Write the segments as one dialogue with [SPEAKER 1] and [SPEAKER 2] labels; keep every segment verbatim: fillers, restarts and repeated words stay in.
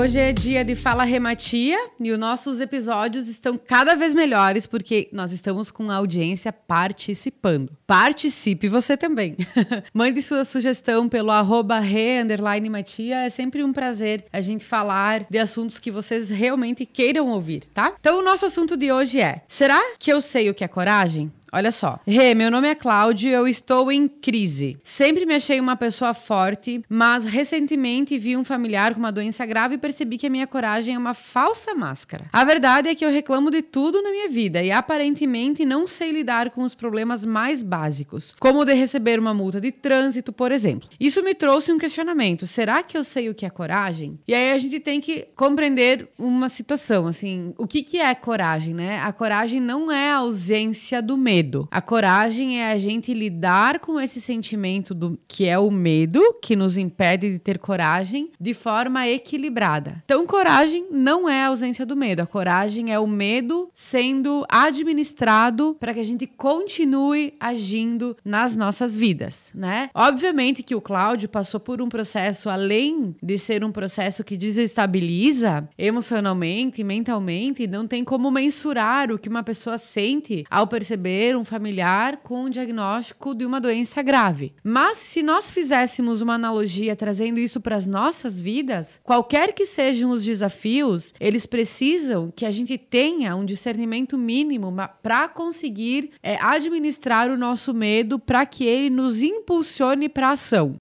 [SPEAKER 1] Hoje é dia de Fala Rematia e os nossos episódios estão cada vez melhores porque nós estamos com a audiência participando. Participe você também. Mande sua sugestão pelo arroba re, underline matia. É sempre um prazer a gente falar de assuntos que vocês realmente queiram ouvir, tá? Então o nosso assunto de hoje é: será que eu sei o que é coragem? Olha só. Rê, meu nome é Cláudio e eu estou em crise. Sempre me achei uma pessoa forte, mas recentemente vi um familiar com uma doença grave e percebi que a minha coragem é uma falsa máscara. A verdade é que eu reclamo de tudo na minha vida e aparentemente não sei lidar com os problemas mais básicos, como o de receber uma multa de trânsito, por exemplo. Isso me trouxe um questionamento. Será que eu sei o que é coragem? E aí a gente tem que compreender uma situação, assim, o que que é coragem, né? A coragem não é a ausência do medo. A coragem é a gente lidar com esse sentimento do, que é o medo, que nos impede de ter coragem, de forma equilibrada. Então, coragem não é a ausência do medo. A coragem é o medo sendo administrado para que a gente continue agindo nas nossas vidas, né? Obviamente que o Cláudio passou por um processo, além de ser um processo que desestabiliza emocionalmente, mentalmente, não tem como mensurar o que uma pessoa sente ao perceber um familiar com um diagnóstico de uma doença grave. Mas se nós fizéssemos uma analogia trazendo isso para as nossas vidas, qualquer que sejam os desafios, eles precisam que a gente tenha um discernimento mínimo para conseguir é, administrar o nosso medo para que ele nos impulsione para a ação.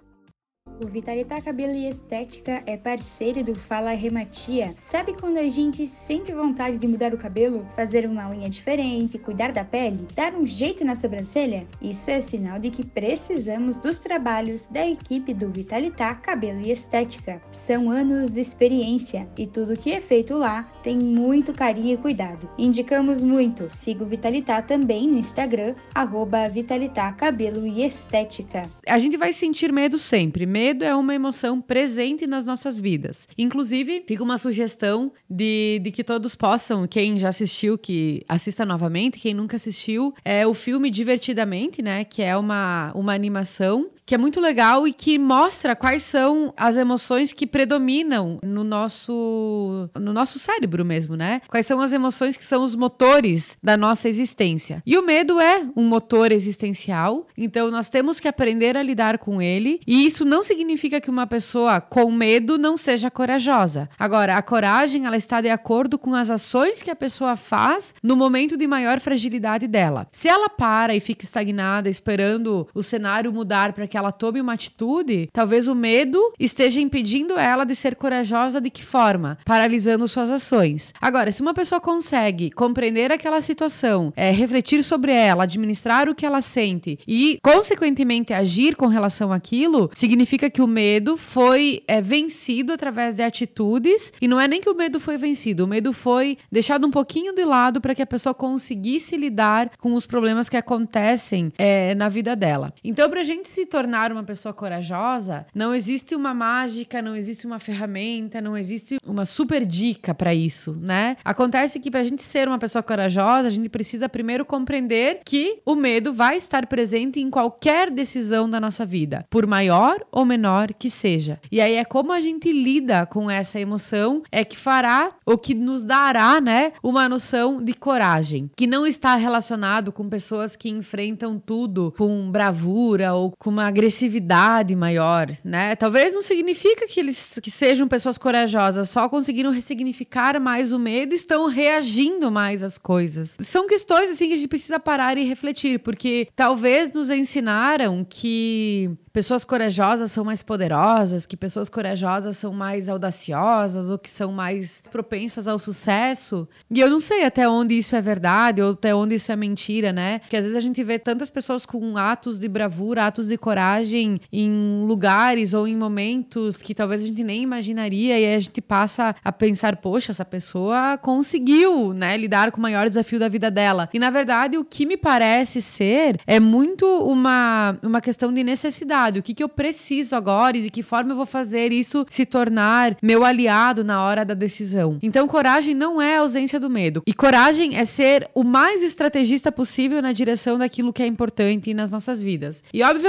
[SPEAKER 2] O Vitalita Cabelo e Estética é parceiro do Fala Rematia. Sabe quando a gente sente vontade de mudar o cabelo, fazer uma unha diferente, cuidar da pele, dar um jeito na sobrancelha? Isso é sinal de que precisamos dos trabalhos da equipe do Vitalita Cabelo e Estética. São anos de experiência e tudo que é feito lá tem muito carinho e cuidado. Indicamos muito. Siga o Vitalita também no Instagram, arroba Vitalita Cabelo e Estética.
[SPEAKER 1] A gente vai sentir medo sempre. Medo é uma emoção presente nas nossas vidas. Inclusive, fica uma sugestão de, de que todos possam, quem já assistiu, que assista novamente, quem nunca assistiu, é o filme Divertidamente, né? Que é uma, uma animação que é muito legal e que mostra quais são as emoções que predominam no nosso, no nosso cérebro mesmo, né? Quais são as emoções que são os motores da nossa existência. E o medo é um motor existencial, então nós temos que aprender a lidar com ele, e isso não significa que uma pessoa com medo não seja corajosa. Agora, a coragem, ela está de acordo com as ações que a pessoa faz no momento de maior fragilidade dela. Se ela para e fica estagnada, esperando o cenário mudar para que ela tome uma atitude, talvez o medo esteja impedindo ela de ser corajosa. De que forma? Paralisando suas ações. Agora, se uma pessoa consegue compreender aquela situação, é, refletir sobre ela, administrar o que ela sente e, consequentemente, agir com relação àquilo, significa que o medo foi é, vencido através de atitudes, e não é nem que o medo foi vencido, o medo foi deixado um pouquinho de lado para que a pessoa conseguisse lidar com os problemas que acontecem é, na vida dela. Então, pra gente se tornar uma pessoa corajosa, não existe uma mágica, não existe uma ferramenta, não existe uma super dica para isso, né? Acontece que pra gente ser uma pessoa corajosa, a gente precisa primeiro compreender que o medo vai estar presente em qualquer decisão da nossa vida, por maior ou menor que seja. E aí é como a gente lida com essa emoção é que fará, ou que nos dará, né, uma noção de coragem, que não está relacionado com pessoas que enfrentam tudo com bravura ou com uma agressividade maior, né? Talvez não significa que eles que sejam pessoas corajosas, só conseguiram ressignificar mais o medo e estão reagindo mais às coisas. São questões assim que a gente precisa parar e refletir, porque talvez nos ensinaram que pessoas corajosas são mais poderosas, que pessoas corajosas são mais audaciosas ou que são mais propensas ao sucesso. E eu não sei até onde isso é verdade ou até onde isso é mentira, né? Porque às vezes a gente vê tantas pessoas com atos de bravura, atos de coragem em lugares ou em momentos que talvez a gente nem imaginaria, e aí a gente passa a pensar, poxa, essa pessoa conseguiu, né, lidar com o maior desafio da vida dela. E na verdade o que me parece ser é muito uma, uma questão de necessidade. O que, que eu preciso agora e de que forma eu vou fazer isso se tornar meu aliado na hora da decisão. Então coragem não é a ausência do medo. E coragem é ser o mais estrategista possível na direção daquilo que é importante nas nossas vidas. E obviamente que a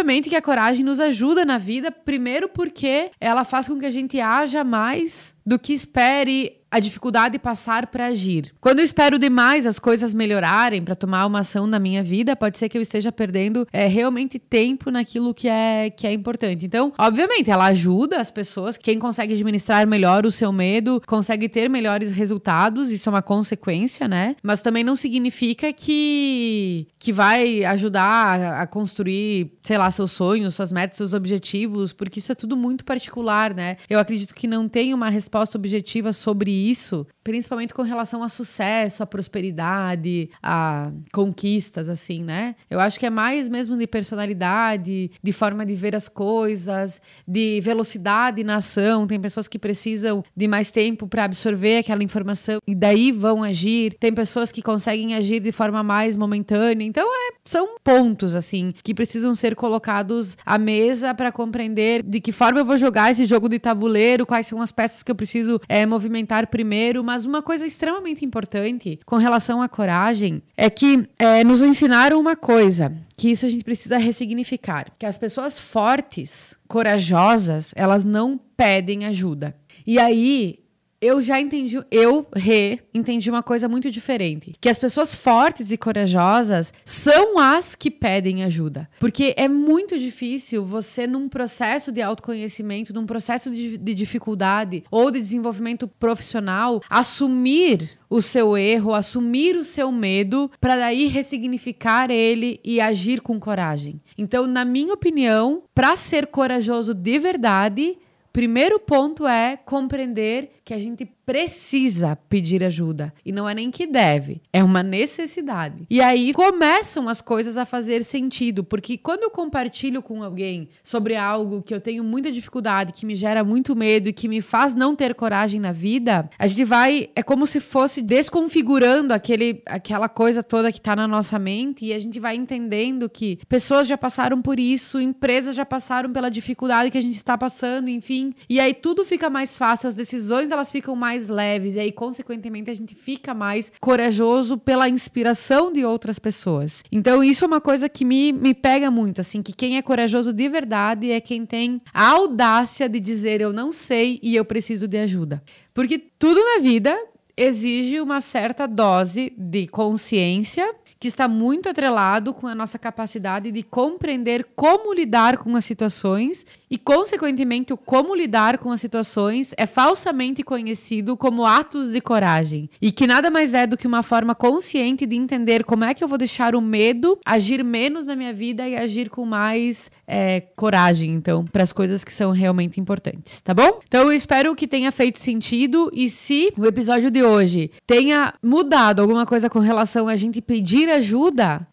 [SPEAKER 1] a coragem nos ajuda na vida, primeiro porque ela faz com que a gente haja mais do que espere a dificuldade passar para agir. Quando eu espero demais as coisas melhorarem para tomar uma ação na minha vida, pode ser que eu esteja perdendo é, realmente tempo naquilo que é, que é importante. Então, obviamente, ela ajuda as pessoas. Quem consegue administrar melhor o seu medo, consegue ter melhores resultados. Isso é uma consequência, né? Mas também não significa que, que vai ajudar a, a construir, sei lá, seus sonhos, suas metas, seus objetivos, porque isso é tudo muito particular, né? Eu acredito que não tem uma resposta objetiva sobre isso, principalmente com relação a sucesso, a prosperidade, a conquistas, assim, né? Eu acho que é mais mesmo de personalidade, de forma de ver as coisas, de velocidade na ação. Tem pessoas que precisam de mais tempo para absorver aquela informação e daí vão agir. Tem pessoas que conseguem agir de forma mais momentânea. Então, é, são pontos, assim, que precisam ser colocados à mesa para compreender de que forma eu vou jogar esse jogo de tabuleiro, quais são as peças que eu preciso é, movimentar primeiro. Mas uma coisa extremamente importante com relação à coragem é que é, nos ensinaram uma coisa, que isso a gente precisa ressignificar, que as pessoas fortes, corajosas, elas não pedem ajuda. E aí, eu já entendi, eu, Rê, entendi uma coisa muito diferente. Que as pessoas fortes e corajosas são as que pedem ajuda. Porque é muito difícil você, num processo de autoconhecimento, num processo de, de dificuldade ou de desenvolvimento profissional, assumir o seu erro, assumir o seu medo, para daí ressignificar ele e agir com coragem. Então, na minha opinião, para ser corajoso de verdade, primeiro ponto é compreender que a gente precisa pedir ajuda. E não é nem que deve, é uma necessidade. E aí começam as coisas a fazer sentido, porque quando eu compartilho com alguém sobre algo que eu tenho muita dificuldade, que me gera muito medo e que me faz não ter coragem na vida, a gente vai, é como se fosse desconfigurando aquele, aquela coisa toda que tá na nossa mente, e a gente vai entendendo que pessoas já passaram por isso, empresas já passaram pela dificuldade que a gente está passando, enfim. E aí tudo fica mais fácil, as decisões elas ficam mais leves, e aí consequentemente a gente fica mais corajoso pela inspiração de outras pessoas. Então isso é uma coisa que me, me pega muito, assim, que quem é corajoso de verdade é quem tem a audácia de dizer eu não sei e eu preciso de ajuda. Porque tudo na vida exige uma certa dose de consciência, que está muito atrelado com a nossa capacidade de compreender como lidar com as situações e, consequentemente, o como lidar com as situações é falsamente conhecido como atos de coragem. E que nada mais é do que uma forma consciente de entender como é que eu vou deixar o medo agir menos na minha vida e agir com mais é, coragem, então, para as coisas que são realmente importantes, tá bom? Então, eu espero que tenha feito sentido, e se o episódio de hoje tenha mudado alguma coisa com relação a gente pedir ajuda,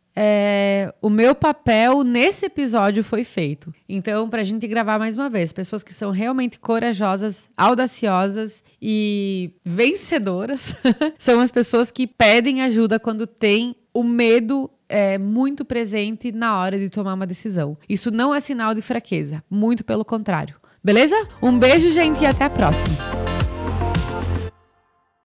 [SPEAKER 1] é, o meu papel nesse episódio foi feito. Então, pra gente gravar mais uma vez, pessoas que são realmente corajosas, audaciosas e vencedoras são as pessoas que pedem ajuda quando tem o medo é, muito presente na hora de tomar uma decisão. Isso não é sinal de fraqueza, muito pelo contrário. Beleza? Um beijo, gente, e até a próxima!